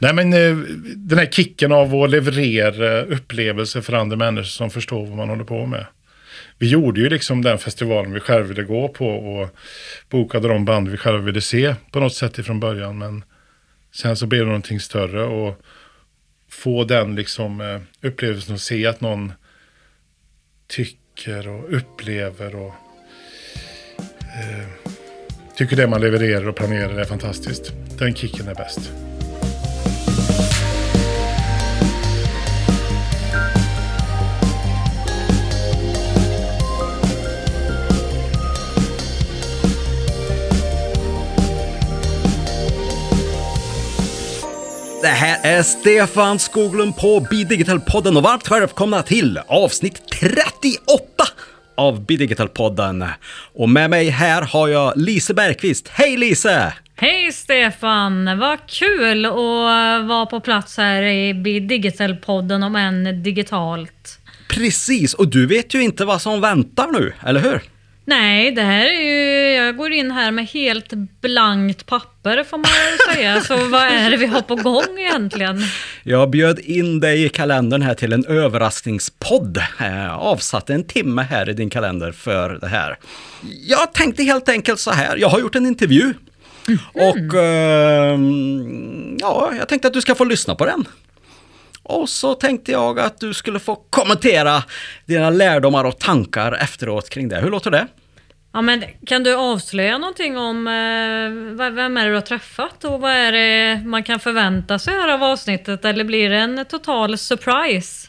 Nej, men den här kicken av att leverera upplevelser för andra människor som förstår vad man håller på med. Vi gjorde ju liksom den festivalen vi själva ville gå på och bokade de band vi själva ville se på något sätt ifrån början. Men sen så blev det någonting större och få den liksom upplevelsen att se att någon tycker och upplever och tycker det man levererar och planerar är fantastiskt. Den kicken är bäst. Det här är Stefan Skoglund på Bidigital-podden och varmt välkomna till avsnitt 38 av Bidigital-podden. Och med mig här har jag Lise Bergqvist. Hej Lise! Hej Stefan, vad kul att vara på plats här i Bidigital-podden om än digitalt. Precis, och du vet ju inte vad som väntar nu, eller hur? Nej, det här är ju, jag går in här med helt blankt papper får man säga. Så vad är det vi har på gång egentligen? Jag bjöd in dig i kalendern här till en överraskningspodd. Avsatte en timme här i din kalender för det här. Jag tänkte helt enkelt så här, jag har gjort en intervju. Och jag tänkte att du ska få lyssna på den. Och så tänkte jag att du skulle få kommentera dina lärdomar och tankar efteråt kring det. Hur låter det? Ja, men kan du avslöja någonting om vem är det du har träffat och vad är det man kan förvänta sig här av avsnittet, eller blir det en total surprise?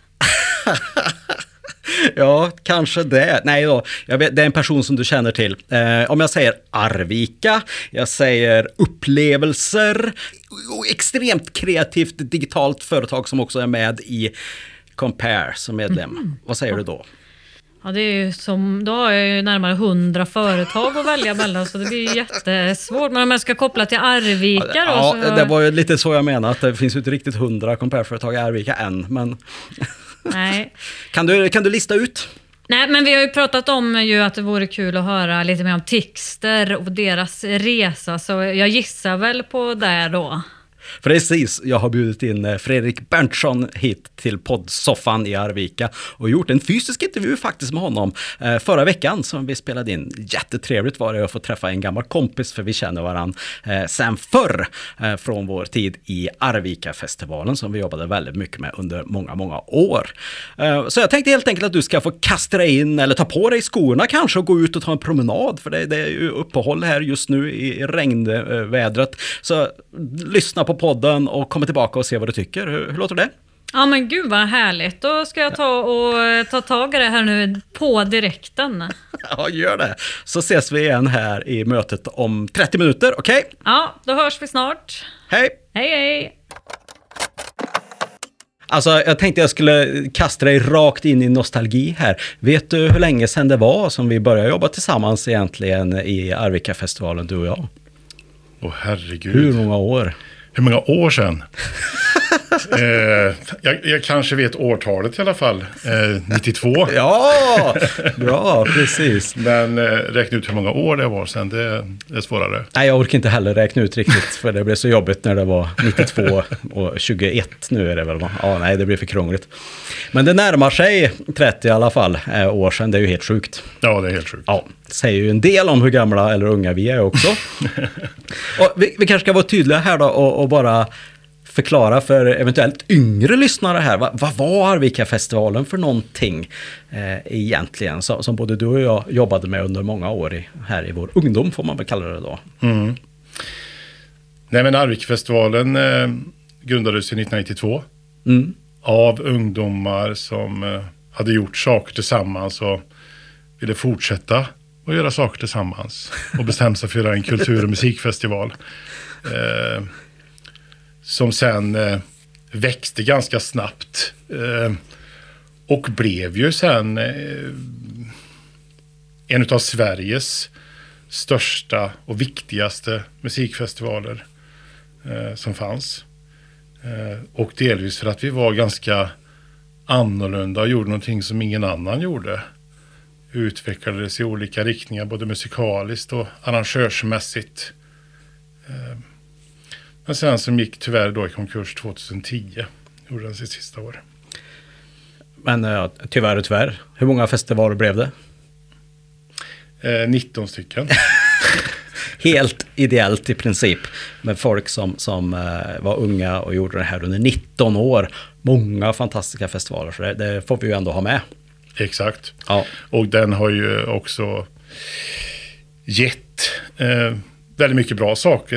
Ja, kanske det. Nej då, jag vet, det är en person som du känner till. Om jag säger Arvika, jag säger upplevelser och extremt kreativt digitalt företag som också är med i Compare som medlem. Vad säger du då? Ja, det är ju som, då har jag ju närmare 100 företag att välja mellan, så det blir jättesvårt. Men om jag ska koppla till Arvika då? Ja, så... det var ju lite så jag menar, att det finns ju inte riktigt 100 Compare-företag i Arvika än, men... Nej. Kan du lista ut? Nej, men vi har ju pratat om ju att det vore kul att höra lite mer om Tixter och deras resa, så jag gissar väl på det då. Precis, jag har bjudit in Fredrik Berntsson hit till poddsoffan i Arvika och gjort en fysisk intervju faktiskt med honom förra veckan som vi spelade in. Jättetrevligt var det att få träffa en gammal kompis, för vi känner varandra sen förr från vår tid i Arvika-festivalen som vi jobbade väldigt mycket med under många, många år. Så jag tänkte helt enkelt att du ska få kasta dig in eller ta på dig skorna kanske och gå ut och ta en promenad, för det är ju uppehåll här just nu i regnvädret. Så lyssna på podden och komma tillbaka och se vad du tycker. Hur låter det? Ja, men gud vad härligt. Då ska jag ta tag i det här nu på direkten. Ja, gör det. Så ses vi igen här i mötet om 30 minuter, okej? Ja, då hörs vi snart. Hej! Hej, hej! Alltså, jag tänkte jag skulle kasta dig rakt in i nostalgi här. Vet du hur länge sedan det var som vi började jobba tillsammans egentligen i Arvika-festivalen, du och jag? Åh herregud. Hur många år? Hur många år sedan? Jag kanske vet årtalet i alla fall. 92. Ja, bra, precis. Men räkna ut hur många år det var sedan, det är svårare. Nej, jag orkar inte heller räkna ut riktigt, för det blev så jobbigt när det var 92 och 21 nu är det väl, va? Ja, nej, det blir för krångligt. Men det närmar sig 30 i alla fall år sedan, det är ju helt sjukt. Ja, det är helt sjukt. Ja, säger ju en del om hur gamla eller unga vi är också. Och vi kanske ska vara tydliga här då och bara förklara för eventuellt yngre lyssnare här. Vad var Arvika-festivalen för någonting egentligen? Som både du och jag jobbade med under många år här i vår ungdom, får man väl kalla det då. Mm. Nej, men Arvika-festivalen grundades 1992 av ungdomar som hade gjort saker tillsammans och ville fortsätta att göra saker tillsammans och bestämde sig för att göra en kultur- och musikfestival. Som sen växte ganska snabbt och blev ju sen en av Sveriges största och viktigaste musikfestivaler som fanns. Och delvis för att vi var ganska annorlunda och gjorde någonting som ingen annan gjorde. Utvecklades i olika riktningar, både musikaliskt och arrangörsmässigt. Men sen som gick tyvärr då i konkurs 2010. Gjorde den sitt sista år. Men tyvärr. Hur många festivaler blev det? 19 stycken. Helt ideellt i princip. Med folk som var unga och gjorde det här under 19 år. Många fantastiska festivaler. Så det får vi ju ändå ha med. Exakt. Ja. Och den har ju också gett väldigt mycket bra saker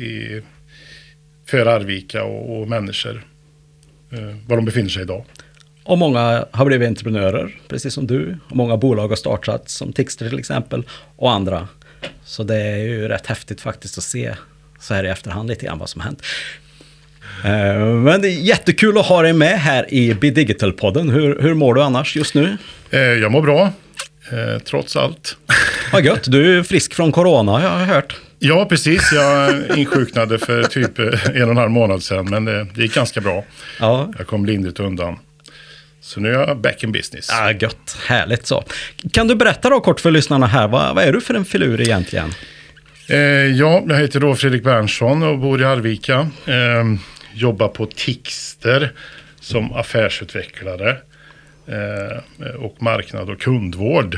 för Arvika och människor. Var de befinner sig idag. Och många har blivit entreprenörer, precis som du. Och många bolag har startat, som Tixter till exempel, och andra. Så det är ju rätt häftigt faktiskt att se så här i efterhand lite grann vad som har hänt. Men det är jättekul att ha dig med här i Be Digital-podden. Hur mår du annars just nu? Jag mår bra, trots allt. Vad gött, du är frisk från corona, jag har hört. Ja, precis. Jag insjuknade för typ 1,5 månad sedan, men det gick ganska bra. Ja. Jag kom lindrigt undan. Så nu är jag back in business. Ja, gött. Härligt så. Kan du berätta då kort för lyssnarna här, vad är du för en filur egentligen? Ja, jag heter då Fredrik Berntsson och bor i Arvika. Jobbar på Tixter som affärsutvecklare och marknad och kundvård.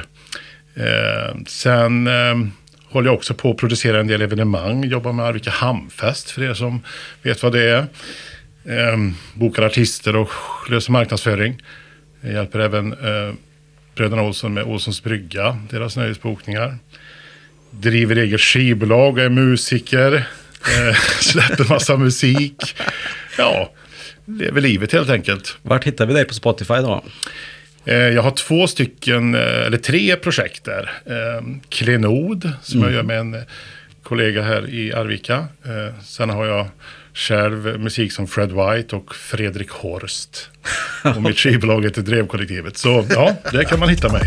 Sen håller jag också på att producera en del evenemang. Jobbar med Arvika Hamnfest för er som vet vad det är. Bokar artister och löser marknadsföring. Jag hjälper även bröderna Olsson med Olssons brygga, deras nöjesbokningar. Driver eget skivbolag, är musiker, släpper massa musik. Ja, lever livet helt enkelt. Vart hittar vi dig på Spotify då? Jag har 3 projekt där. Klenod som jag gör med en kollega här i Arvika. Sen har jag själv musik som Fred White och Fredrik Horst. Och mitt skivbolag heter Drevkollektivet. Så ja, där kan man hitta mig.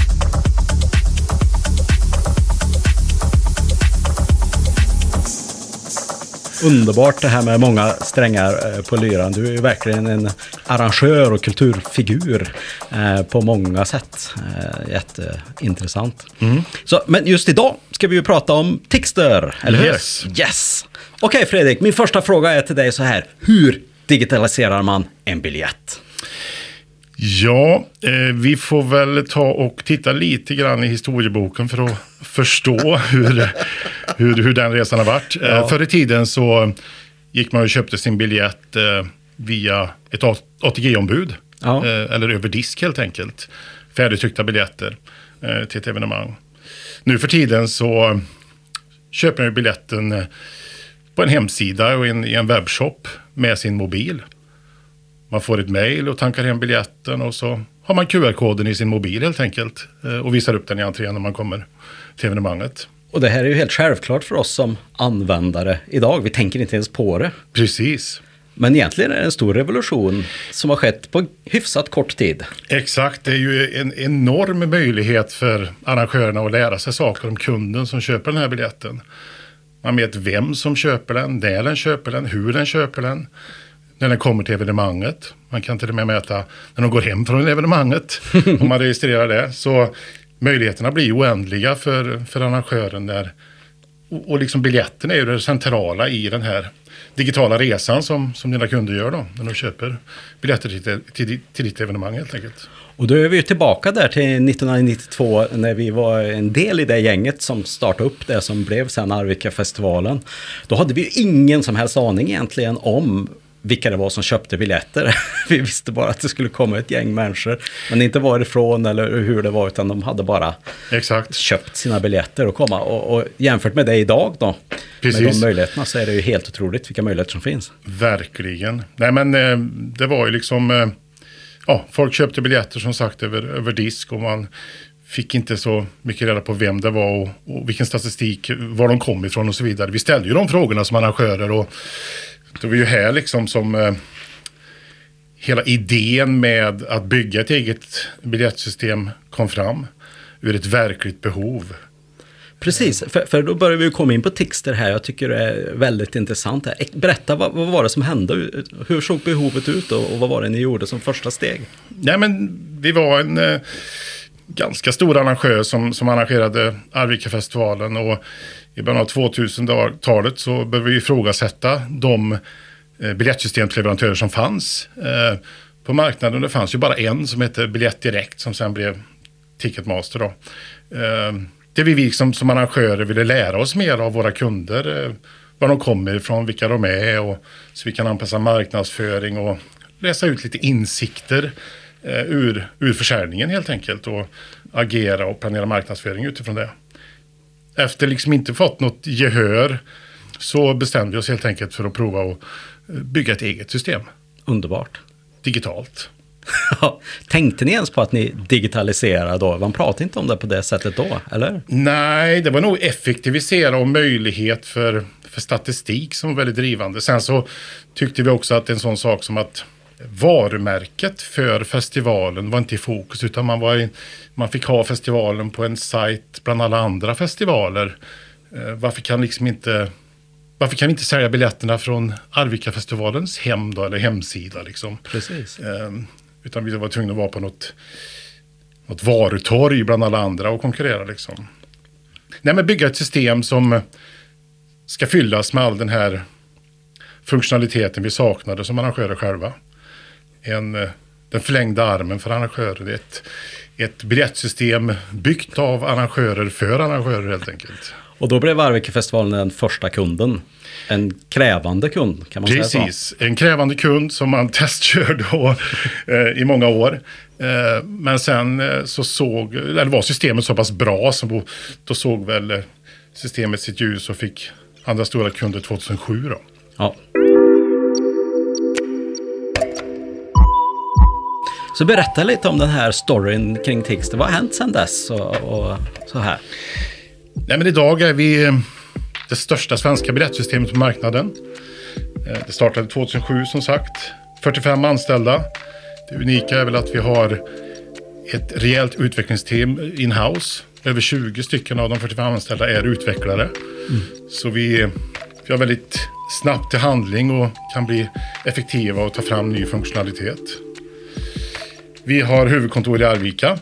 Underbart det här med många strängar på lyran. Du är ju verkligen en arrangör och kulturfigur på många sätt. Jätteintressant. Så, men just idag ska vi ju prata om Tixter, eller hur? Yes. Okej, Fredrik, min första fråga är till dig så här. Hur digitaliserar man en biljett? Ja, vi får väl ta och titta lite grann i historieboken för att förstå hur den resan har varit. Ja. Förr i tiden så gick man och köpte sin biljett via ett ATG-ombud. Ja. Eller över disk helt enkelt. Färdigtryckta biljetter till ett evenemang. Nu för tiden så köper man biljetten på en hemsida och i en webbshop med sin mobil. Man får ett mejl och tankar hem biljetten och så har man QR-koden i sin mobil helt enkelt och visar upp den i entrén när man kommer till evenemanget. Och det här är ju helt självklart för oss som användare idag. Vi tänker inte ens på det. Precis. Men egentligen är det en stor revolution som har skett på hyfsat kort tid. Exakt, det är ju en enorm möjlighet för arrangörerna att lära sig saker om kunden som köper den här biljetten. Man vet vem som köper den, när den köper den, hur den köper den. När den kommer till evenemanget. Man kan till och med mäta när de går hem från evenemanget. Om man registrerar det. Så möjligheterna blir oändliga för arrangören där. Och liksom biljetten är ju det centrala i den här digitala resan som dina kunder gör då. När de köper biljetter till ditt evenemang helt enkelt. Och då är vi ju tillbaka där till 1992 när vi var en del i det gänget som startade upp det som blev sen Arvika-festivalen. Då hade vi ju ingen som helst aning egentligen om vilka det var som köpte biljetter. Vi visste bara att det skulle komma ett gäng människor. Men inte varifrån eller hur det var, utan de hade bara köpt sina biljetter och komma. Och jämfört med det idag då, med de möjligheterna, så är det ju helt otroligt vilka möjligheter som finns. Verkligen. Nej men det var ju liksom, folk köpte biljetter som sagt över disk och man fick inte så mycket reda på vem det var och vilken statistik, var de kom ifrån och så vidare. Vi ställde ju de frågorna som arrangörer och det var ju här liksom som hela idén med att bygga ett eget biljettsystem kom fram ur ett verkligt behov. Precis, för då börjar vi komma in på Tixter här. Jag tycker det är väldigt intressant. Berätta, vad var det som hände? Hur såg behovet ut och vad var det ni gjorde som första steg? Nej, men vi var en ganska stor arrangör som arrangerade Arvika-festivalen och I början av 2000-talet så började vi ifrågasätta de biljettsystemleverantörer som fanns på marknaden. Det fanns ju bara en som hette Biljett Direkt som sen blev Ticketmaster då. Det vi som arrangörer ville lära oss mer av våra kunder, var de kommer ifrån, vilka de är, och så vi kan anpassa marknadsföring och läsa ut lite insikter ur försäljningen helt enkelt och agera och planera marknadsföring utifrån det. Efter liksom inte fått något gehör så bestämde vi oss helt enkelt för att prova att bygga ett eget system. Underbart. Digitalt. Tänkte ni ens på att ni digitaliserar då? Man pratar inte om det på det sättet då, eller? Nej, det var nog effektivisera och möjlighet för statistik som var väldigt drivande. Sen så tyckte vi också att en sån sak som att varumärket för festivalen var inte i fokus, utan man fick ha festivalen på en sajt bland alla andra festivaler. Varför kan vi inte sälja biljetterna från Arvika-festivalens hem då, eller hemsida liksom? Precis. Utan vi var tvungna att vara på något varutorg bland alla andra och konkurrera liksom. Nej, men bygga ett system som ska fyllas med all den här funktionaliteten vi saknade som arrangörer själva. Den förlängda armen för arrangörer. Ett biljettsystem byggt av arrangörer för arrangörer helt enkelt. Och då blev Arvika-festivalen den första kunden. En krävande kund, kan man säga så? Precis, en krävande kund som man testkörde då, i många år. Men sen så var systemet så pass bra så då såg väl systemet sitt ljus och fick andra stora kunder 2007 då. Ja. Så berätta lite om den här storyn kring Tixter. Vad har hänt sedan dess och så här? Nej, men idag är vi det största svenska biljettsystemet på marknaden. Det startade 2007 som sagt. 45 anställda. Det unika är väl att vi har ett rejält utvecklingsteam in-house. Över 20 stycken av de 45 anställda är utvecklare. Så vi har väldigt snabbt till handling och kan bli effektiva och ta fram ny funktionalitet. Vi har huvudkontor i Arvika.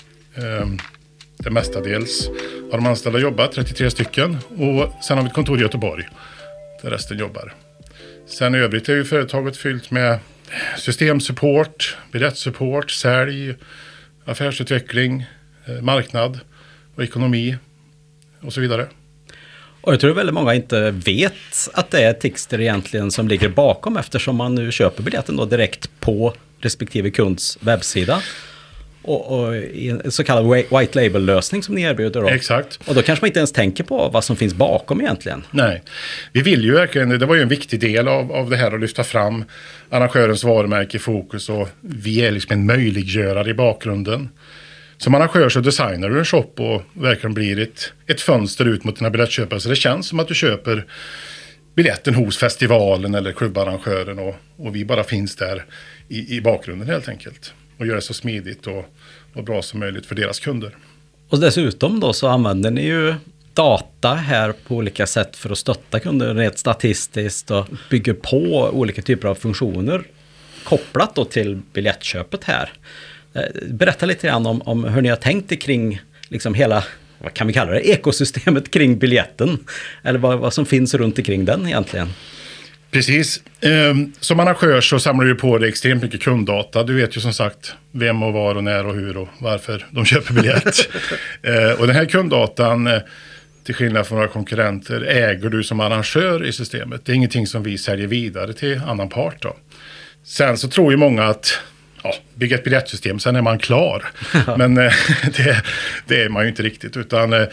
Det mestadels har de anställda jobbat, 33 stycken. Och sen har vi ett kontor i Göteborg där resten jobbar. Sen i övrigt är ju företaget fyllt med systemsupport, biljettsupport, sälj, affärsutveckling, marknad och ekonomi och så vidare. Och jag tror väldigt många inte vet att det är Tixter egentligen som ligger bakom, eftersom man nu köper biljetten då direkt på respektive kunds webbsida. Och i en så kallad white label-lösning som ni erbjuder då. Exakt. Och då kanske man inte ens tänker på vad som finns bakom egentligen. Nej, vi vill ju verkligen, det var ju en viktig del av det här att lyfta fram arrangörens varumärke i fokus, och vi är liksom en möjliggörare i bakgrunden. Som arrangör så designar du en shop och verkligen blir ett fönster ut mot dina biljettköpare, så det känns som att du köper biljetten hos festivalen eller klubbarrangören, och vi bara finns där i bakgrunden helt enkelt. Och gör det så smidigt och bra som möjligt för deras kunder. Och dessutom då så använder ni ju data här på olika sätt för att stötta kunder rent statistiskt och bygger på olika typer av funktioner kopplat då till biljettköpet här. Berätta lite grann om hur ni har tänkt kring liksom hela, vad kan vi kalla det, ekosystemet kring biljetten. Eller vad som finns runt omkring den egentligen. Precis. Som arrangör så samlar du på dig extremt mycket kunddata. Du vet ju som sagt vem och var och när och hur och varför de köper biljett. Och den här kunddatan, till skillnad från våra konkurrenter, äger du som arrangör i systemet. Det är ingenting som vi säljer vidare till annan part då. Sen så tror ju många att bygga ett biljettsystem, sen är man klar. Men det är man ju inte riktigt, utan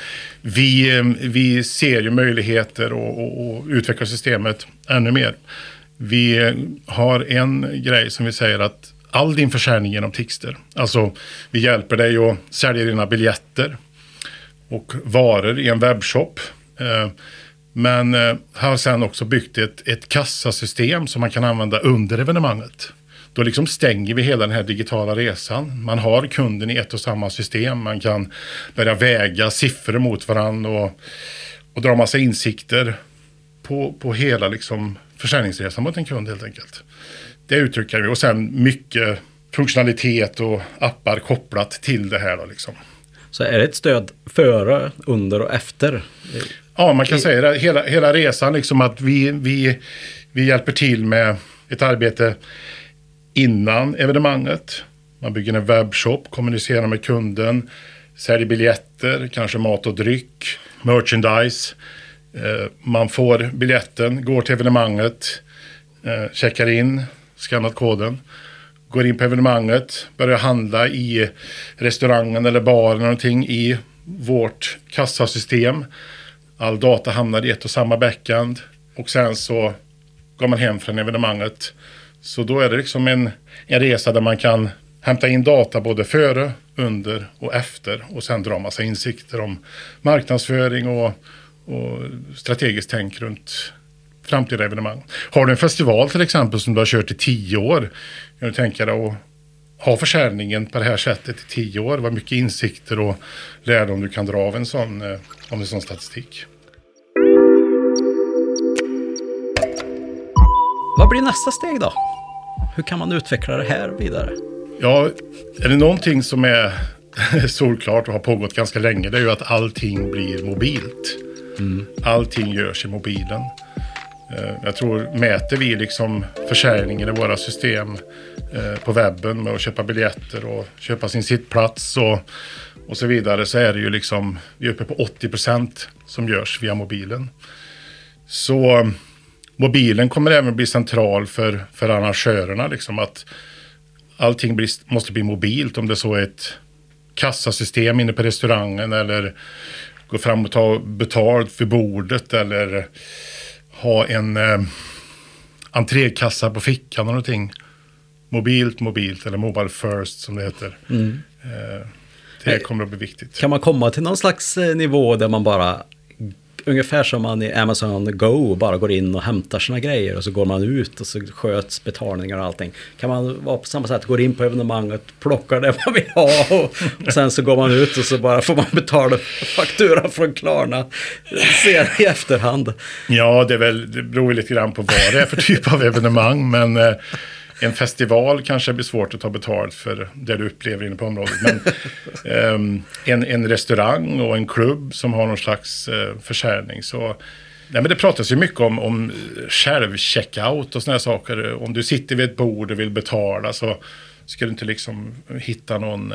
vi ser ju möjligheter och utveckla systemet ännu mer. Vi har en grej som vi säger att all din försäljning genom Tixter, alltså vi hjälper dig att sälja dina biljetter och varor i en webbshop, men har sen också byggt ett kassasystem som man kan använda under evenemanget. Då liksom stänger vi hela den här digitala resan. Man har kunden i ett och samma system. Man kan börja väga siffror mot varandra och dra massa insikter på hela liksom försäljningsresan mot en kund helt enkelt. Det uttrycker vi. Och sen mycket funktionalitet och appar kopplat till det här då liksom. Så är det ett stöd före, under och efter? Ja, man kan säga det. Hela resan, liksom att vi hjälper till med ett arbete innan evenemanget. Man bygger en webbshop, kommunicerar med kunden, säljer biljetter, kanske mat och dryck, merchandise. Man får biljetten, går till evenemanget, checkar in, skannat koden, går in på evenemanget, börjar handla i restaurangen eller baren eller någonting i vårt kassasystem. All data hamnar i ett och samma backend och sen så går man hem från evenemanget. Så då är det liksom en resa där man kan hämta in data både före, under och efter och sen dra massa insikter om marknadsföring och strategiskt tänk runt framtida evenemang. Har du en festival till exempel som du har kört i 10 år, kan du tänka dig att ha försäljningen på det här sättet i 10 år, vad mycket insikter och lärdom du kan dra av en sån statistik. Vad blir nästa steg då? Hur kan man utveckla det här vidare? Ja, är det någonting som är solklart och har pågått ganska länge, det är ju att allting blir mobilt. Allting görs i mobilen. Jag tror, mäter vi liksom försäljningen i våra system på webben med att köpa biljetter och köpa sin sittplats och så vidare, så är det ju liksom, vi är uppe på 80% som görs via mobilen. Så mobilen kommer även bli central för arrangörerna, liksom att allting måste bli mobilt, om det så är ett kassasystem inne på restaurangen eller gå fram och ta betalt för bordet eller ha en entrékassa på fickan och någonting. Mobilt eller mobile first som det heter. Det kommer att bli viktigt. Kan man komma till någon slags nivå där man bara, ungefär som man i Amazon Go, bara går in och hämtar sina grejer och så går man ut och så sköts betalningar och allting. Kan man vara på samma sätt, går in på evenemanget, plockar det man vill ha och sen så går man ut och så bara får man betala faktura från Klarna ser i efterhand? Ja, det beror lite grann på vad det är för typ av evenemang, men en festival kanske blir svårt att ta betalt för det du upplever inne på området. Men en restaurang och en klubb som har någon slags försäljning. Så, nej, men det pratas ju mycket om självcheckout och såna här saker. Om du sitter vid ett bord och vill betala så ska du inte liksom hitta någon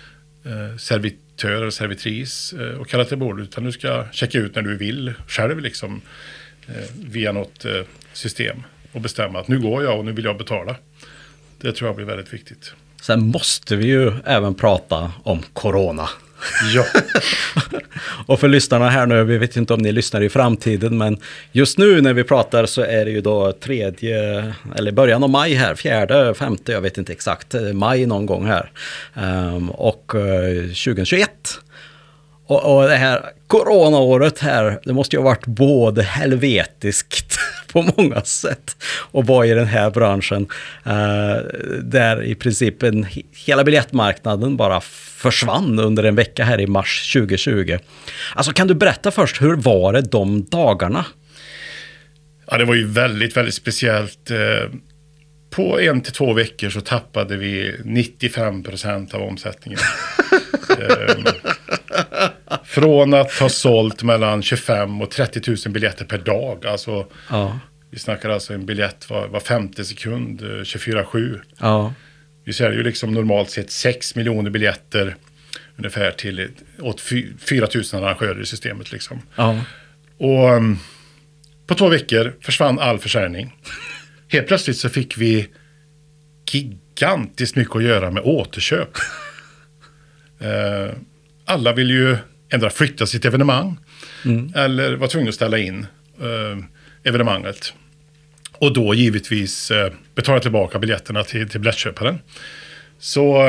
servitör eller servitris och kalla till bordet, utan du ska checka ut när du vill själv liksom, via något system. Och bestämma att nu går jag och nu vill jag betala. Det tror jag blir väldigt viktigt. Sen måste vi ju även prata om corona. Ja. Och för lyssnarna här nu, vi vet inte om ni lyssnar i framtiden, men just nu när vi pratar så är det ju då början av maj här, 4, 5, jag vet inte exakt, maj någon gång här. Och 2021. Och det här coronaåret här, det måste ju ha varit både helvetiskt på många sätt och vara i den här branschen där i princip hela biljettmarknaden bara försvann under en vecka här i mars 2020. Alltså, kan du berätta först, hur var det de dagarna? Ja, det var ju väldigt, väldigt speciellt. På 1 till 2 veckor så tappade vi 95% av omsättningen. Från att ha sålt mellan 25 och 30 000 biljetter per dag. Alltså, ja. Vi snackar alltså en biljett var 50 sekund, 24/7. Ja. Vi ser ju liksom normalt sett 6 miljoner biljetter ungefär åt 4 000 arrangörer i systemet. Liksom. Ja. Och på 2 veckor försvann all försäljning. Helt plötsligt så fick vi gigantiskt mycket att göra med återköp. Alla vill ju ändra flytta sitt evenemang eller var tvungna att ställa in evenemanget. Och då givetvis betala tillbaka biljetterna till biljettköparen. Så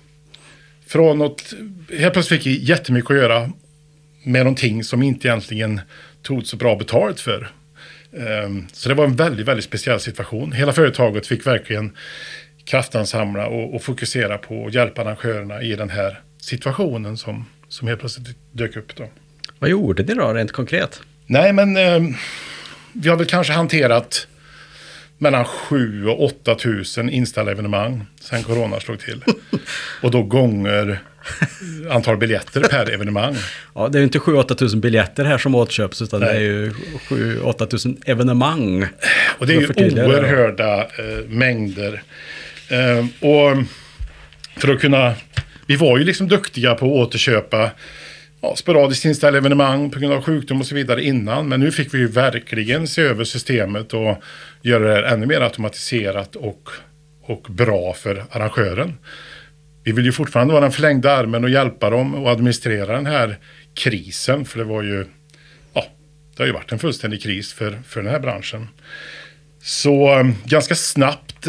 helt plötsligt fick vi jättemycket att göra med någonting som inte egentligen tog så bra betalt för. Så det var en väldigt, väldigt speciell situation. Hela företaget fick verkligen kraftansamla och fokusera på att hjälpa arrangörerna i den här situationen som helt plötsligt dök upp då. Vad gjorde ni då rent konkret? Nej, men vi har väl kanske hanterat mellan 7 000 och 8 000 inställda evenemang sen corona slog till. Och då gånger antal biljetter per evenemang. Ja, det är ju inte 7-8 tusen biljetter här som åtköps, utan det är ju 7-8 tusen evenemang. Och det är ju oerhörda mängder. Och för att kunna... Vi var ju liksom duktiga på att återköpa sporadiskt inställda evenemang på grund av sjukdom och så vidare innan. Men nu fick vi ju verkligen se över systemet och göra det ännu mer automatiserat och bra för arrangören. Vi vill ju fortfarande vara den förlängda armen och hjälpa dem och administrera den här krisen. För det var ju, det har ju varit en fullständig kris för den här branschen. Så ganska snabbt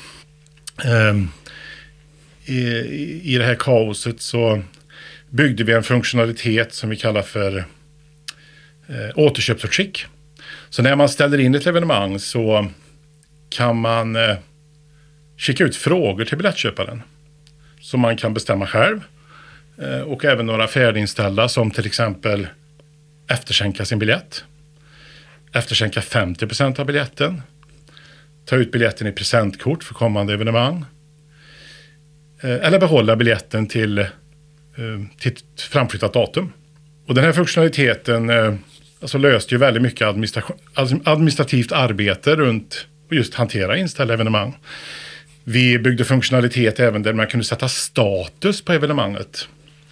i det här kaoset så byggde vi en funktionalitet som vi kallar för återköpsutskick. Så när man ställer in ett evenemang så kan man skicka ut frågor till biljettköparen som man kan bestämma själv. Och även några färdinställda som till exempel efterskänka sin biljett. Efterskänka 50% av biljetten. Ta ut biljetten i presentkort för kommande evenemang. Eller behålla biljetten till ett framflyttat datum. Och den här funktionaliteten löste ju väldigt mycket administrativt arbete runt just hantera inställda evenemang. Vi byggde funktionalitet även där man kunde sätta status på evenemanget.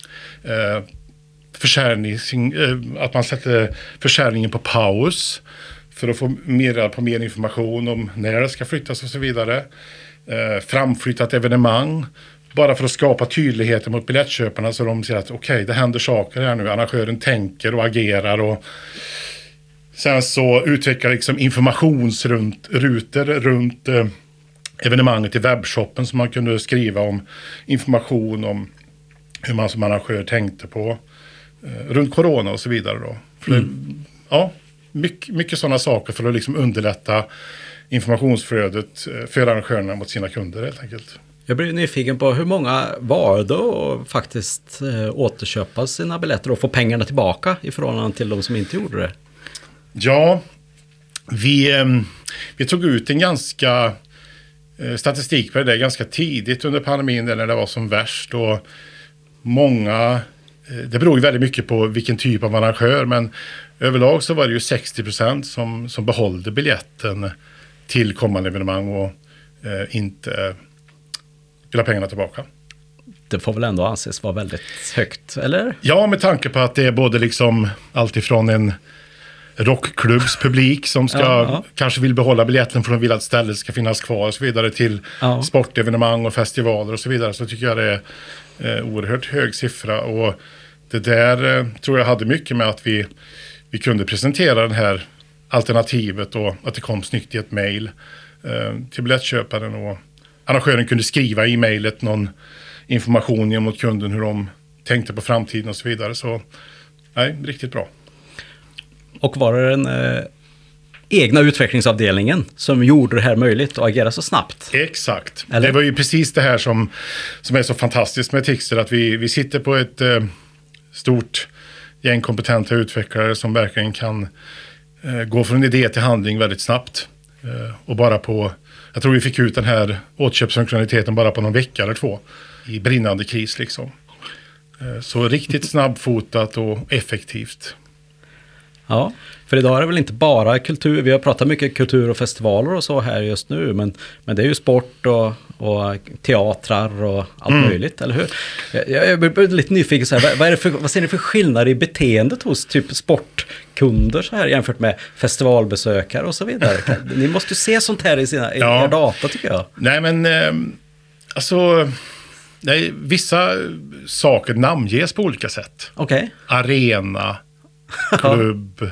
Att man sätter försäljningen på paus för att få mer information om när det ska flyttas och så vidare. Framflyttat evenemang bara för att skapa tydligheter mot biljettköparna så de ser att okej, det händer saker här nu. Arrangören tänker och agerar och sen så utvecklar liksom informationsrutor runt evenemanget i webbshoppen som man kunde skriva om information om hur man som arrangör tänkte på runt corona och så vidare då. Mycket sådana saker för att liksom underlätta informationsflödet för arrangörerna mot sina kunder helt enkelt. Jag blir nyfiken på hur många var det att faktiskt återköpa sina biljetter och få pengarna tillbaka i förhållande till de som inte gjorde det? Ja, vi tog ut en ganska statistik på det ganska tidigt under pandemin när det var som värst och många, det beror ju väldigt mycket på vilken typ av arrangör, men överlag så var det ju 60% som behållde biljetten till kommande evenemang och inte vill ha pengarna tillbaka. Det får väl ändå anses vara väldigt högt, eller? Ja, med tanke på att det är både liksom alltifrån en rockklubbs publik som kanske vill behålla biljetten för de vill att stället ska finnas kvar och så vidare till sportevenemang och festivaler och så vidare, så tycker jag det är oerhört hög siffra och det där tror jag hade mycket med att vi kunde presentera det här alternativet och att det kom snyggt i ett mejl till biljettköparen och arrangören kunde skriva i mejlet någon information mot kunden hur de tänkte på framtiden och så vidare. Så nej, riktigt bra. Och var det den egna utvecklingsavdelningen som gjorde det här möjligt att agera så snabbt? Exakt. Eller? Det var ju precis det här som är så fantastiskt med Tixter, att vi sitter på ett stort gäng kompetenta utvecklare som verkligen kan gå från idé till handling väldigt snabbt. Och bara på, jag tror vi fick ut den här återköpsfunktionaliteten bara på någon vecka eller 2 i brinnande kris liksom. Så riktigt snabbfotat och effektivt. Ja, för idag är det väl inte bara kultur, vi har pratat mycket kultur och festivaler och så här just nu, men det är ju sport och teatrar och allt möjligt, eller hur? Jag blir lite nyfiken så här, vad ser ni för skillnader i beteendet hos typ sportkunder så här jämfört med festivalbesökare och så vidare? Ni måste ju se sånt här i er data tycker jag. Nej men, vissa saker namnges på olika sätt. Okej. Arena, klubb,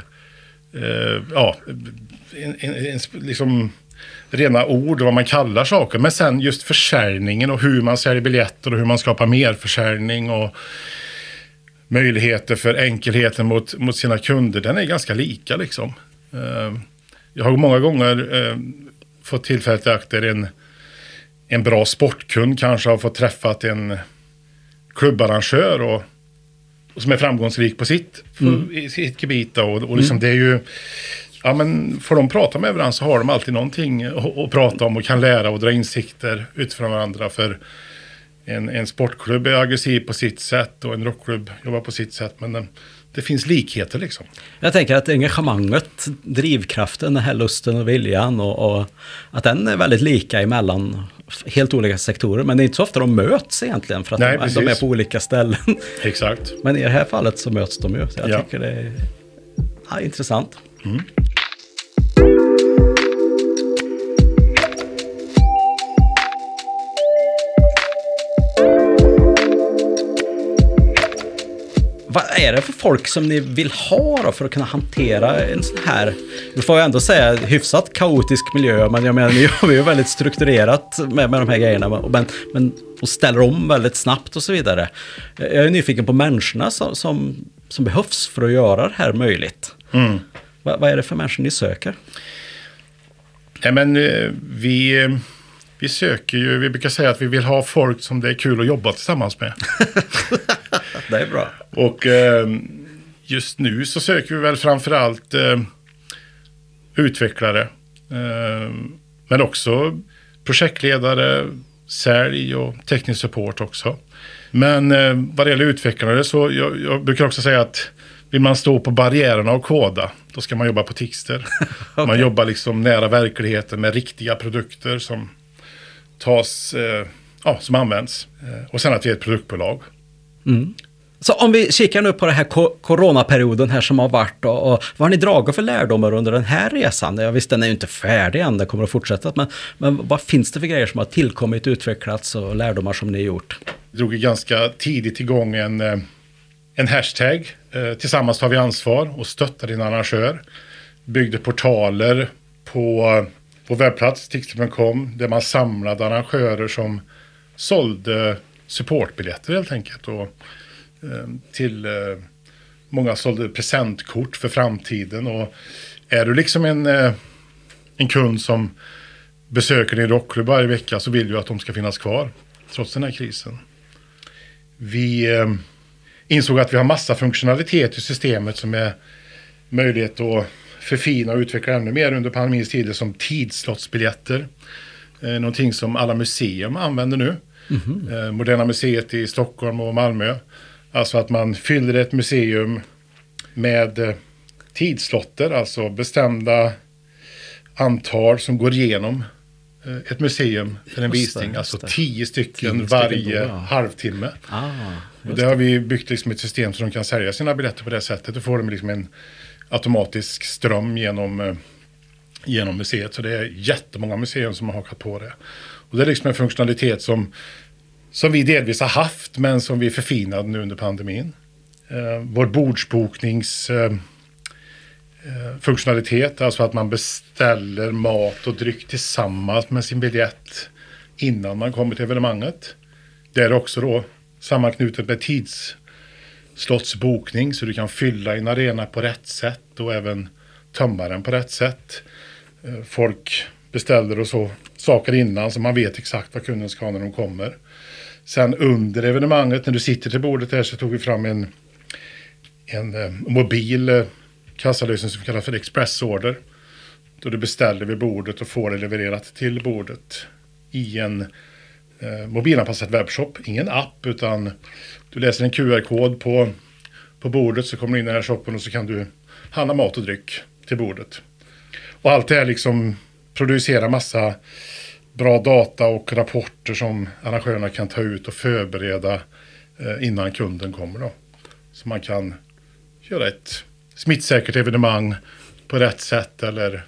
liksom rena ord och vad man kallar saker. Men sen just försäljningen och hur man säljer biljetter och hur man skapar mer försäljning och möjligheter för enkelheten mot sina kunder, den är ganska lika liksom. Jag har många gånger fått tillfället att en bra sportkund kanske har fått träffat en klubbarrangör och som är framgångsrik på sitt gebit och liksom det är ju, ja men får de prata med varandra så har de alltid någonting att prata om och kan lära och dra insikter utifrån varandra, för En sportklubb är aggressiv på sitt sätt och en rockklubb jobbar på sitt sätt. Men det finns likheter liksom. Jag tänker att engagemanget, drivkraften, den här lusten och viljan och att den är väldigt lika emellan helt olika sektorer. Men det är inte så ofta de möts egentligen för att de är på olika ställen. Exakt. Men i det här fallet så möts de ju. Så jag tycker det är intressant. Mm. Vad är det för folk som ni vill ha då för att kunna hantera en sån här, du får ju ändå säga hyfsat kaotisk miljö, men jag menar ni jobbar ju väldigt strukturerat med de här grejerna men och ställer om väldigt snabbt och så vidare. Jag är nyfiken på människorna som behövs för att göra det här möjligt. Mm. Vad är det för människor ni söker? Ja, men vi söker ju, vi brukar säga att vi vill ha folk som det är kul att jobba tillsammans med. Det är bra. Och just nu så söker vi väl framförallt utvecklare. Men också projektledare, sälj och teknisk support också. Men vad det gäller utvecklare så jag brukar också säga att vill man stå på barriärerna och koda, då ska man jobba på Tixter. Okay. Man jobbar liksom nära verkligheten med riktiga produkter som som används. Och sen att vi är ett produktbolag. Mm. Så om vi kikar nu på den här coronaperioden här som har varit och vad har ni dragit för lärdomar under den här resan? Jag visst, den är ju inte färdig än, det kommer att fortsätta. Men vad finns det för grejer som har tillkommit, utvecklats och lärdomar som ni har gjort? Vi drog ganska tidigt igång en hashtag. Tillsammans tar vi ansvar och stöttar din arrangör. Byggde portaler på webbplats tixter.com där man samlade arrangörer som sålde supportbiljetter helt enkelt. Och till många sålde presentkort för framtiden. Och är du liksom en kund som besöker din rockklubb varje vecka så vill du att de ska finnas kvar trots den här krisen. Vi insåg att vi har massa funktionalitet i systemet som är möjlighet att förfina och utveckla ännu mer under pandemins tider, som tidslottsbiljetter. Någonting som alla museum använder nu. Mm-hmm. Moderna museet i Stockholm och Malmö. Alltså att man fyller ett museum med tidslotter, alltså bestämda antal som går igenom ett museum för en visning. Alltså 10 stycken varje halvtimme. Och det har vi byggt liksom ett system så de kan sälja sina biljetter på det sättet. Då får de liksom en automatisk ström genom museet. Så det är jättemånga museer som har hakat på det. Och det är liksom en funktionalitet som vi delvis har haft men som vi förfinade nu under pandemin. Vår bordsboknings funktionalitet, alltså att man beställer mat och dryck tillsammans med sin biljett innan man kommer till evenemanget. Det är också då sammanknutet med tidsslottsbokning så du kan fylla en arena på rätt sätt och även tömma den på rätt sätt. Folk beställer och så saker innan så man vet exakt vad kunden ska ha när de kommer. Sen under evenemanget när du sitter till bordet där så tog vi fram en mobil kassalösning som vi kallar för expressorder. Då du beställer vid bordet och får det levererat till bordet i en mobilanpassad webbshop. Ingen app utan du läser en QR-kod på bordet så kommer du in i den här shoppen och så kan du handla mat och dryck till bordet. Och allt det här liksom producerar massa bra data och rapporter som arrangörerna kan ta ut och förbereda innan kunden kommer då. Så man kan göra ett smittsäkert evenemang på rätt sätt eller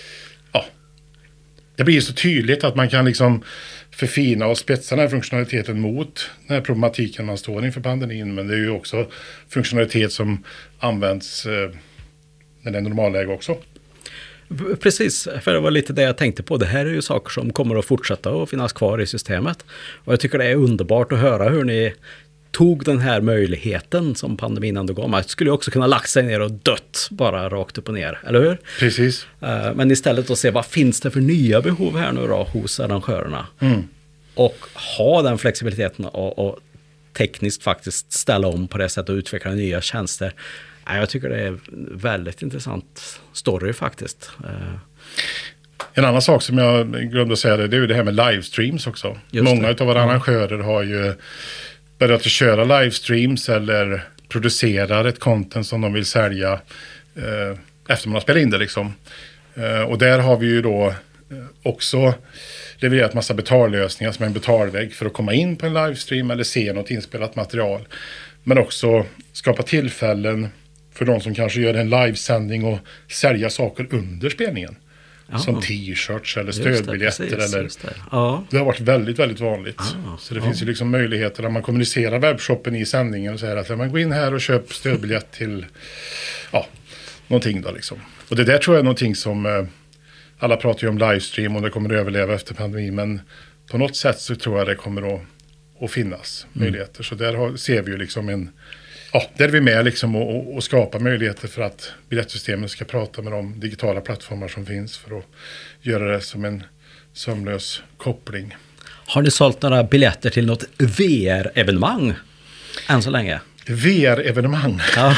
det blir så tydligt att man kan liksom förfina och spetsa den här funktionaliteten mot den här problematiken man står inför pandemin, men det är ju också funktionalitet som används när det är normalläge också. Precis, för det var lite det jag tänkte på. Det här är ju saker som kommer att fortsätta att finnas kvar i systemet. Och jag tycker det är underbart att höra hur ni tog den här möjligheten som pandemin ändå gav. Man skulle ju också kunna lagt sig ner och dött bara rakt upp och ner, eller hur? Precis. Men istället att se vad finns det för nya behov här nu då hos arrangörerna. Mm. Och ha den flexibiliteten och tekniskt faktiskt ställa om på det sättet och utveckla nya tjänster. Jag tycker det är väldigt intressant story faktiskt. En annan sak som jag glömde att säga, det är ju det här med livestreams också. Många av våra arrangörer har ju börjat att köra livestreams eller producerar ett content som de vill sälja efter man har spelat in det liksom. Och där har vi ju då också levererat massa betallösningar som en betalvägg för att komma in på en livestream eller se något inspelat material. Men också skapa tillfällen för de som kanske gör en livesändning och sälja saker under spelningen. Som t-shirts eller stödbiljetter. Det har varit väldigt, väldigt vanligt. Så det finns ju liksom möjligheter när man kommunicerar webbshoppen i sändningen och säger att man går in här och köper stödbiljett till någonting då liksom. Och det där tror jag är någonting som alla pratar ju om livestream och det kommer att överleva efter pandemin, men på något sätt så tror jag det kommer att finnas möjligheter. Så där ser vi ju liksom där är vi med liksom och skapa möjligheter för att biljettsystemet ska prata med de digitala plattformar som finns för att göra det som en sömlös koppling. Har ni sålt några biljetter till något VR-evenemang än så länge? VR-evenemang?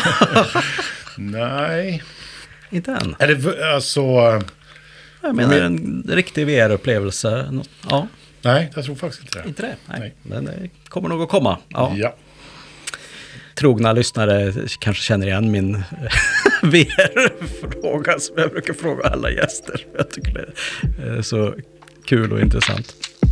Nej. Inte än? Jag menar en riktig VR-upplevelse. Ja. Nej, jag tror faktiskt inte det. Inte det? Nej. Men det kommer nog att komma. Ja. Trogna lyssnare kanske känner igen min VR-fråga som jag brukar fråga alla gäster. Jag tycker det är så kul och intressant.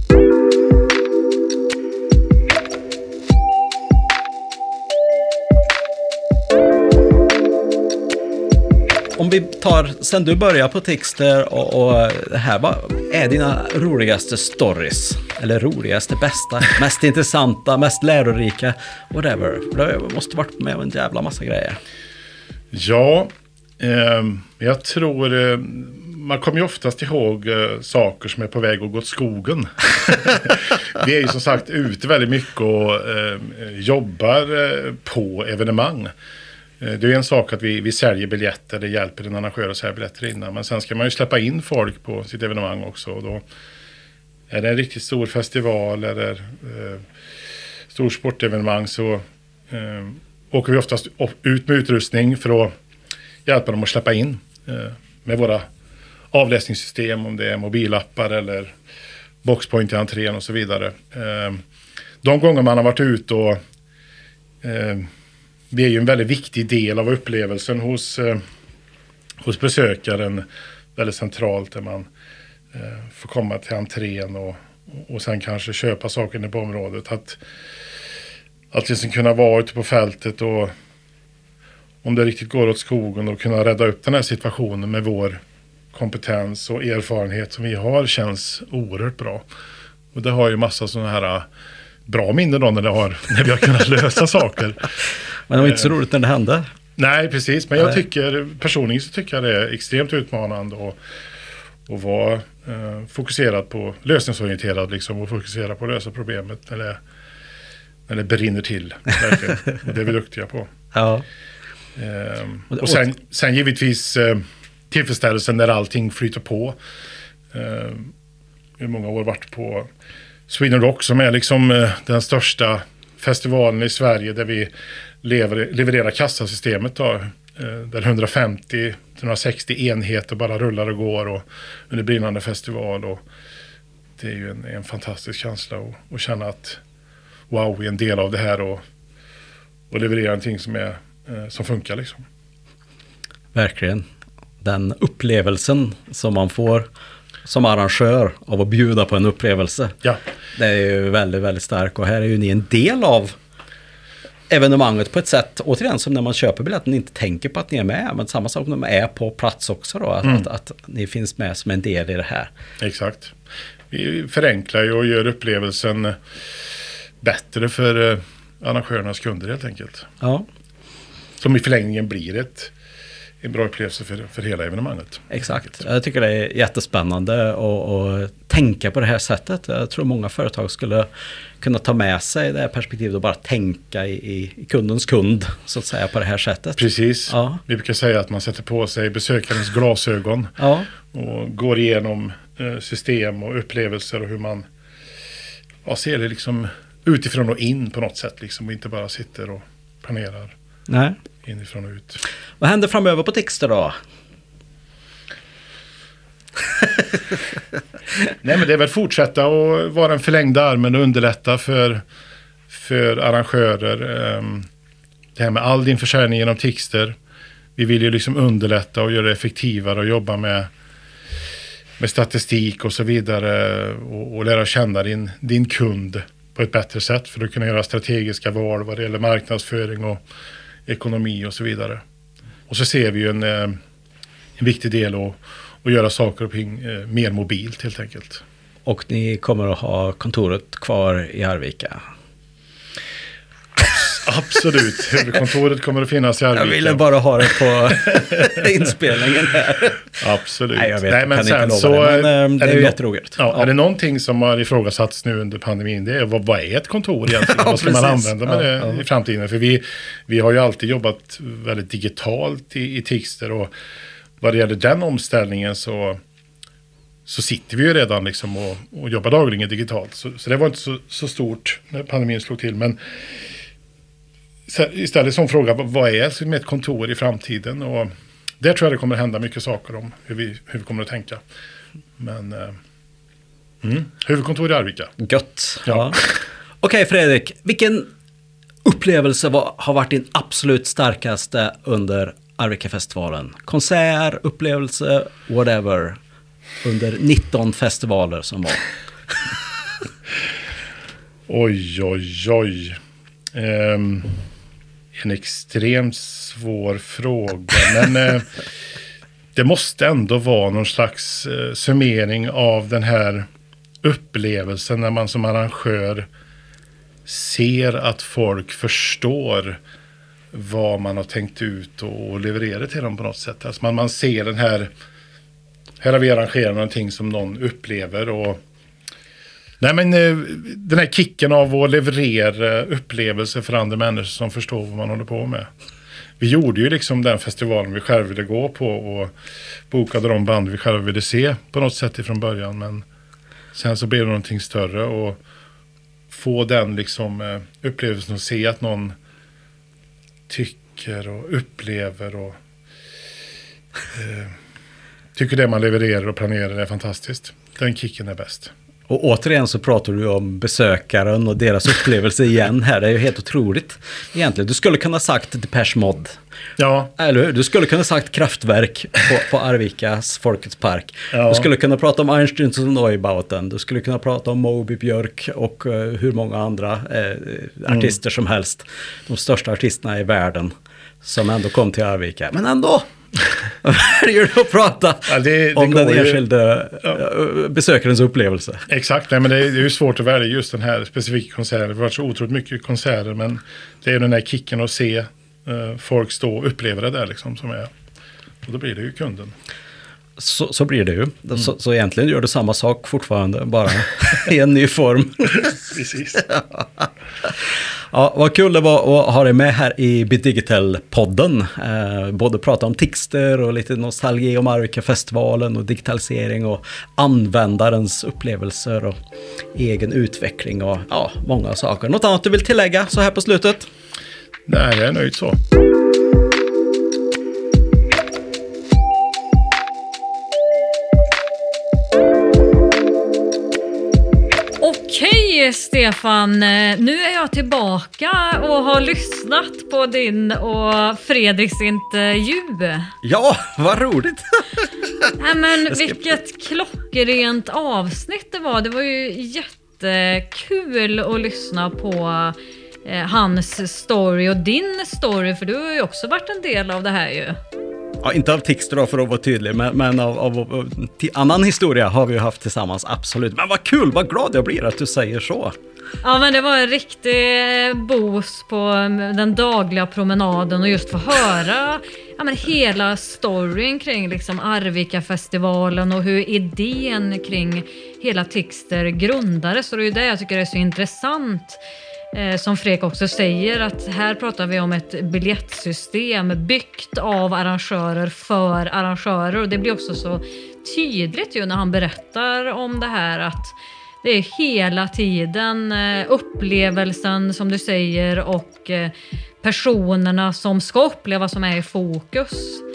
Om vi tar, sen du börjar på Tixter och det här, vad är dina roligaste stories? Eller roligaste, bästa, mest intressanta, mest lärorika, whatever. Det måste varit med en jävla massa grejer. Ja, jag tror man kommer ju oftast ihåg saker som är på väg att gå åt skogen. Vi är ju som sagt ute väldigt mycket och jobbar på evenemang. Det är en sak att vi säljer biljetter, det hjälper en arrangör att sälja biljetter innan. Men sen ska man ju släppa in folk på sitt evenemang också. Och då är det en riktigt stor festival eller stor sportevenemang så åker vi oftast ut med utrustning för att hjälpa dem att släppa in med våra avläsningssystem, om det är mobilappar eller boxpoint i entrén och så vidare. De gånger man har varit ute och vi är ju en väldigt viktig del av upplevelsen hos besökaren, väldigt centralt där man får komma till entrén och sen kanske köpa saker på området. Att liksom kunna vara ute på fältet och om det riktigt går åt skogen och kunna rädda upp den här situationen med vår kompetens och erfarenhet som vi har känns oerhört bra. Och det har ju massa sådana här bra minnen då när vi har kunnat lösa saker. Men det var inte så roligt när det hände. Nej, precis. Men jag tycker personligen så tycker jag det är extremt utmanande och vara fokuserad på lösningsorienterad liksom, och fokusera på att lösa problemet när det brinner till. Verkligen. Och det är vi duktiga på. Ja. Och sen givetvis tillfredsställelsen när allting flyter på. I många år varit på Sweden Rock som är liksom den största festivalen i Sverige där vi levererar kassasystemet då, där 150-160 enheter bara rullar och går och under brinnande festival och det är ju en fantastisk känsla att känna att wow, vi är en del av det här och leverera någonting som funkar liksom. Verkligen. Den upplevelsen som man får som arrangör av att bjuda på en upplevelse. Ja. Det är ju väldigt, väldigt stark och här är ju ni en del av evenemanget på ett sätt, återigen som när man köper biljetten inte tänker på att ni är med, men samma sak när man är på plats också då, att ni finns med som en del i det här. Exakt. Vi förenklar ju och gör upplevelsen bättre för arrangörernas kunder helt enkelt. Ja. Som i förlängningen blir en bra upplevelse för hela evenemanget. Exakt. Jag tycker det är jättespännande att tänka på det här sättet. Jag tror många företag skulle kunna ta med sig det här perspektivet och bara tänka i kundens kund så att säga på det här sättet. Precis. Ja. Vi brukar säga att man sätter på sig besökarens glasögon och går igenom system och upplevelser och hur man ser det liksom utifrån och in på något sätt liksom, och inte bara sitter och planerar. Nej. Inifrån och ut. Vad händer framöver på Tixter då? Nej, men det är väl fortsätta och vara en förlängda armen och underlätta för arrangörer. Det här med all din försäljning genom Tixter. Vi vill ju liksom underlätta och göra det effektivare och jobba med statistik och så vidare och lära känna din kund på ett bättre sätt för att kunna göra strategiska val vad det gäller marknadsföring och ekonomi och så vidare. Och så ser vi ju en viktig del att göra saker och ting mer mobilt helt enkelt. Och ni kommer att ha kontoret kvar i Arvika? Absolut, huvudkontoret kommer att finnas i Arvika. Jag ville bara ha det på inspelningen här. Absolut. Nej, jag vet, Nej, men kan sen inte så lova det, men det är ju jätteroligt. Ja, är det någonting som har ifrågasatts nu under pandemin, det är vad är ett kontor egentligen? Ja, vad ska man precis. använda med det i framtiden? För vi har ju alltid jobbat väldigt digitalt i Tixter och vad det gäller den omställningen så sitter vi ju redan liksom och jobbar dagligen digitalt. Så det var inte så stort när pandemin slog till, men istället som fråga, vad är med ett kontor i framtiden? Och där tror jag det kommer hända mycket saker om hur vi kommer att tänka. Men huvudkontor i Arvika. Gött. Ja. Ja. Okej, Fredrik, vilken upplevelse har varit din absolut starkaste under Arvika-festivalen? Konsert, upplevelse, whatever. Under 19 festivaler som var. Oj. En extremt svår fråga. Men det måste ändå vara någon slags summering av den här upplevelsen när man som arrangör ser att folk förstår vad man har tänkt ut och levererar till dem på något sätt. Alltså man ser den här har vi arrangerat någonting som någon upplever och nej, men den här kicken av att leverera upplevelser för andra människor som förstår vad man håller på med. Vi gjorde ju liksom den festivalen vi själva ville gå på och bokade de band vi själva ville se på något sätt ifrån början, men sen så blev det någonting större och få den liksom upplevelsen att se att någon tycker och upplever och tycker det man levererar och planerar är fantastiskt. Den kicken är bäst. Och återigen så pratar du om besökaren och deras upplevelse igen här. Det är ju helt otroligt egentligen. Du skulle kunna sagt Depeche Mode. Ja. Eller hur? Du skulle kunna sagt Kraftwerk på Arvikas Folkets Park. Ja. Du skulle kunna prata om Einsteins och Neubauten. Du skulle kunna prata om Moby Björk och hur många andra artister som helst. De största artisterna i världen som ändå kom till Arvika. Men ändå väljer du att prata om den enskilda besökarens upplevelse. Exakt, nej, men det är ju svårt att välja just den här specifika konserten. Det har varit så otroligt mycket konserter, men det är den här kicken att se folk stå och uppleva det där liksom som är. Och då blir det ju kunden. Så blir det ju. Så egentligen gör du samma sak fortfarande, bara i en ny form. Precis. Ja, vad kul det var att ha dig med här i Bidigital-podden. Både prata om Tixter och lite nostalgi om Arvika-festivalen och digitalisering och användarens upplevelser och egen utveckling och ja, många saker. Något annat du vill tillägga så här på slutet? Nej, jag är nöjd så. Okej, Stefan, nu är jag tillbaka och har lyssnat på din och Fredriks intervju. Ja, vad roligt! Nej, men vilket klockrent avsnitt det var. Det var ju jättekul att lyssna på hans story och din story, för du har ju också varit en del av det här ju. Ja, inte av Tixter då, för att vara tydlig, men av annan historia har vi ju haft tillsammans, absolut. Men vad kul, vad glad jag blir att du säger så. Ja, men det var en riktig boost på den dagliga promenaden och just få höra hela storyn kring liksom Arvika-festivalen och hur idén kring hela Tixter grundades. Så det är ju det jag tycker är så intressant. Som Fredrik också säger, att här pratar vi om ett biljettsystem byggt av arrangörer för arrangörer, och det blir också så tydligt ju när han berättar om det här, att det är hela tiden upplevelsen som du säger och personerna som ska uppleva som är i fokus.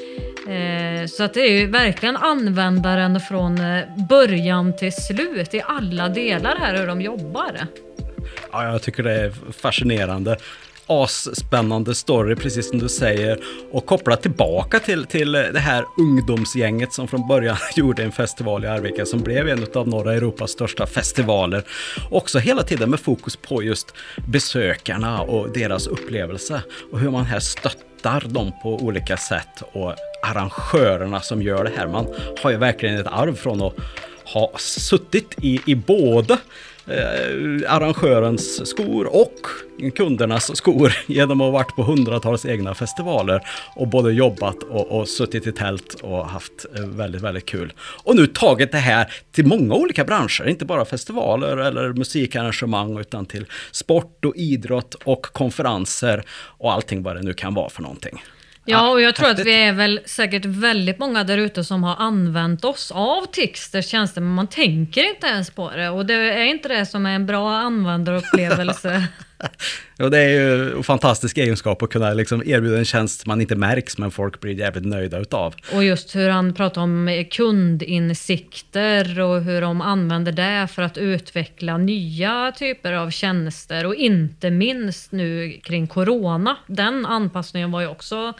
Så att det är ju verkligen användaren från början till slut i alla delar här hur de jobbar. Ja, jag tycker det är fascinerande. Asspännande story, precis som du säger, och kopplat tillbaka till det här ungdomsgänget som från början gjorde en festival i Arvika som blev en av norra Europas största festivaler. Också hela tiden med fokus på just besökarna och deras upplevelse och hur man här stöttar dem på olika sätt, och arrangörerna som gör det här. Man har ju verkligen ett arv från att ha suttit i både arrangörens skor och kundernas skor genom att ha varit på hundratals egna festivaler och både jobbat och suttit i tält och haft väldigt, väldigt kul. Och nu tagit det här till många olika branscher, inte bara festivaler eller musikarrangemang, utan till sport och idrott och konferenser och allting vad det nu kan vara för någonting. Ja, och jag tror att vi är väl säkert väldigt många där ute som har använt oss av Tixters tjänster, men man tänker inte ens på det. Och det är inte det som är en bra användarupplevelse. Ja, det är ju en fantastisk egenskap att kunna liksom erbjuda en tjänst man inte märks, men folk blir jävligt nöjda utav. Och just hur han pratar om kundinsikter och hur de använder det för att utveckla nya typer av tjänster. Och inte minst nu kring corona. Den anpassningen var ju också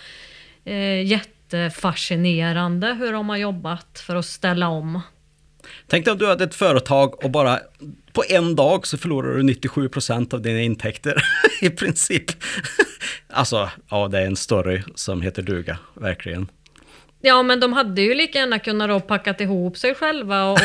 jättefascinerande hur de har jobbat för att ställa om. Tänk dig om du hade ett företag och bara på en dag så förlorar du 97% av dina intäkter i princip. Alltså, ja, det är en story som heter duga, verkligen. Ja, men de hade ju lika gärna kunnat då packat ihop sig själva och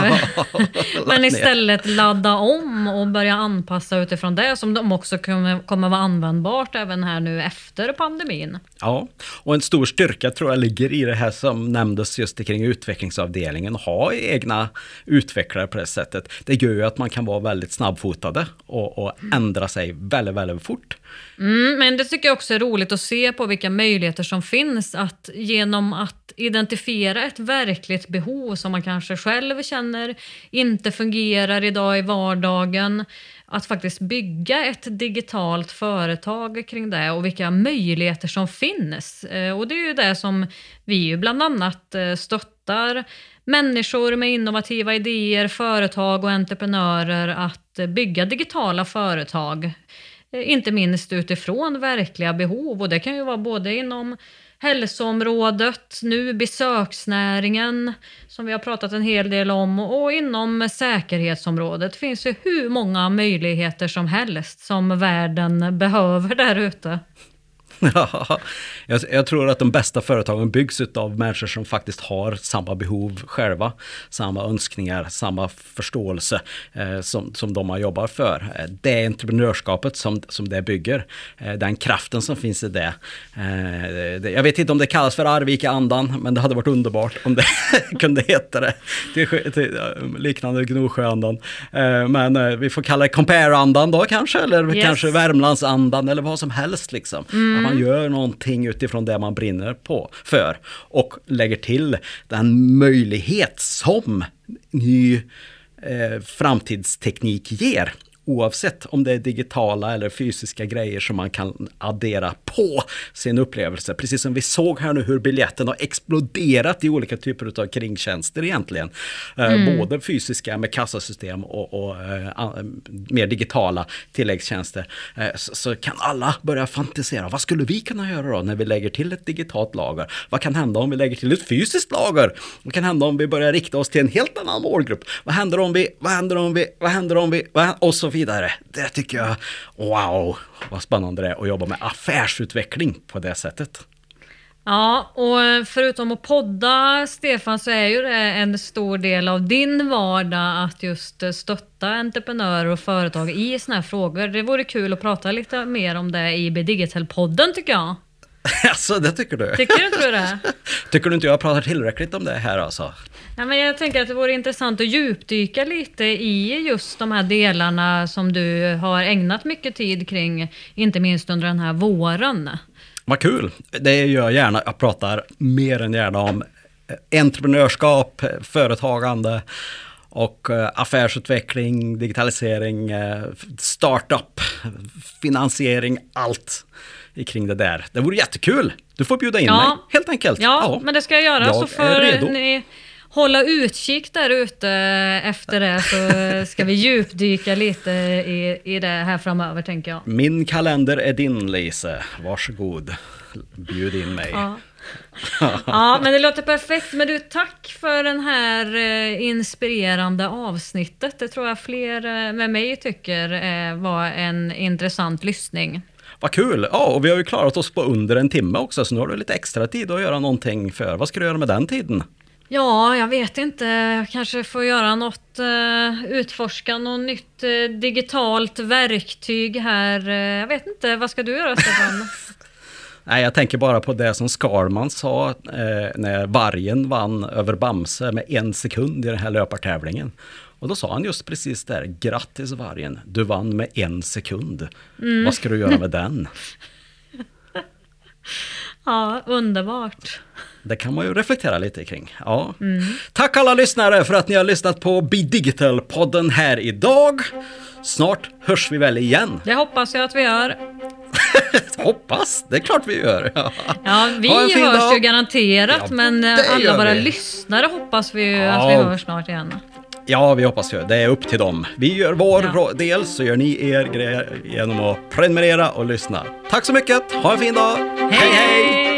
men istället ladda om och börja anpassa utifrån det, som de också kommer vara användbart även här nu efter pandemin. Ja, och en stor styrka tror jag ligger i det här som nämndes just kring utvecklingsavdelningen, ha egna utvecklare på det sättet. Det gör ju att man kan vara väldigt snabbfotade och ändra sig väldigt, väldigt fort. Men det tycker jag också är roligt att se på vilka möjligheter som finns att genom att identifiera ett verkligt behov som man kanske själv känner inte fungerar idag i vardagen, att faktiskt bygga ett digitalt företag kring det och vilka möjligheter som finns. Och det är ju det som vi ju bland annat stöttar människor med innovativa idéer, företag och entreprenörer att bygga digitala företag. Inte minst utifrån verkliga behov, och det kan ju vara både inom hälsoområdet, nu besöksnäringen som vi har pratat en hel del om, och inom säkerhetsområdet. Det finns ju hur många möjligheter som helst som världen behöver där ute. Ja, jag tror att de bästa företagen byggs av människor som faktiskt har samma behov själva, samma önskningar, samma förståelse som de har jobbat för. Det är entreprenörskapet som det bygger, den kraften som finns i det. Jag vet inte om det kallas för Arvika-andan, men det hade varit underbart om det kunde heta det, liknande Gnosjö-andan. Men vi får kalla det Compare-andan då kanske, eller kanske Värmlandsandan eller vad som helst liksom. Man gör någonting utifrån det man brinner för och lägger till den möjlighet som ny framtidsteknik ger. Oavsett om det är digitala eller fysiska grejer som man kan addera på sin upplevelse. Precis som vi såg här nu hur biljetten har exploderat i olika typer av kringtjänster egentligen. Både fysiska med kassasystem och mer digitala tilläggstjänster. Så kan alla börja fantisera. Vad skulle vi kunna göra då när vi lägger till ett digitalt lager? Vad kan hända om vi lägger till ett fysiskt lager? Vad kan hända om vi börjar rikta oss till en helt annan målgrupp? Vad händer om vi och så vidare. Det tycker jag, wow, vad spännande det är att jobba med affärsutveckling på det sättet. Ja, och förutom att podda, Stefan, så är ju det en stor del av din vardag att just stötta entreprenörer och företag i såna här frågor. Det vore kul att prata lite mer om det i Digital-podden, tycker jag. Alltså, det tycker du? Tycker du inte det? Tycker du inte jag pratar tillräckligt om det här alltså? Ja, men jag tänker att det vore intressant att djupdyka lite i just de här delarna som du har ägnat mycket tid kring, inte minst under den här våren. Vad kul! Det gör jag gärna. Jag pratar mer än gärna om entreprenörskap, företagande och affärsutveckling, digitalisering, startup finansiering, allt kring det där. Det vore jättekul. Du får bjuda in mig, helt enkelt. Ja, men det ska jag göra. Jag så får ni hålla utkik där ute efter det, så ska vi djupdyka lite i det här framöver, tänker jag. Min kalender är din, Lise. Varsågod. Bjud in mig. Ja, men det låter perfekt. Men du, tack för den här inspirerande avsnittet. Det tror jag fler med mig tycker var en intressant lyssning. Vad kul! Ja, och vi har ju klarat oss på under en timme också, så nu har du lite extra tid att göra någonting för. Vad ska du göra med den tiden? Ja, jag vet inte. Jag kanske får göra något, utforska något nytt digitalt verktyg här. Jag vet inte, vad ska du göra, Stefan? Nej, jag tänker bara på det som Skarman sa när vargen vann över Bamse med 1 sekund i den här löpartävlingen. Och då sa han just precis där: grattis vargen, du vann med 1 sekund. Vad ska du göra med den? Ja, underbart. Det kan man ju reflektera lite kring. Ja. Tack alla lyssnare för att ni har lyssnat på Be Digital-podden här idag. Snart hörs vi väl igen. Det hoppas jag att vi gör. Hoppas, det är klart vi gör. Ja, vi hörs ju garanterat, men alla våra lyssnare hoppas vi ju att vi hörs snart igen. Ja, vi hoppas ju. Det är upp till dem. Vi gör vår del, så gör ni er grej genom att prenumerera och lyssna. Tack så mycket. Ha en fin dag. Hej, hej!